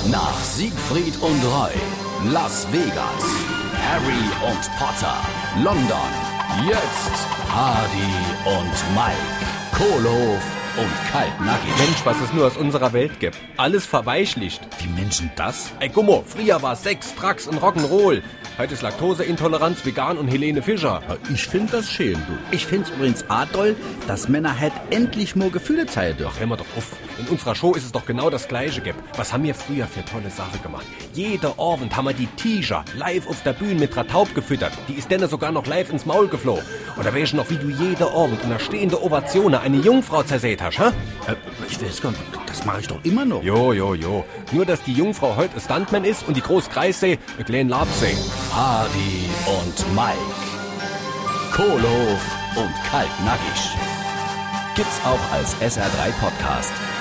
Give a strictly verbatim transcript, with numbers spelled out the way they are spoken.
Nach Siegfried und Roy, Las Vegas, Harry und Potter, London, jetzt Hardy und Mike, Kohlhof und Kaltnackig. Mensch, was es nur aus unserer Welt gibt. Alles verweichlicht. Wie Menschen das? Ey, guck mal, früher war Sex, Drugs und Rock'n'Roll. Heute ist Laktoseintoleranz, vegan und Helene Fischer. Ich find das schön, du. Ich find's übrigens auch toll, dass Männer halt endlich mal Gefühle zeigen dürfen. Hör mal doch auf. In unserer Show ist es doch genau das Gleiche, Gap. Was haben wir früher für tolle Sachen gemacht? Jeder Abend haben wir die Tisha live auf der Bühne mit Rataub gefüttert. Die ist denn sogar noch live ins Maul geflogen. Oder weißt du noch, wie du jeder Abend in einer stehenden Ovation eine Jungfrau zersät hast, hä? Äh, ich weiß gar nicht, das mache ich doch immer noch. Jo, jo, jo. Nur, dass die Jungfrau heute ein Stuntman ist und die Groß-Kreissee ein kleinen Labsee. Hardy und Mike, Kohlhof und Kaltnackig. Gibt's auch als S R drei Podcast.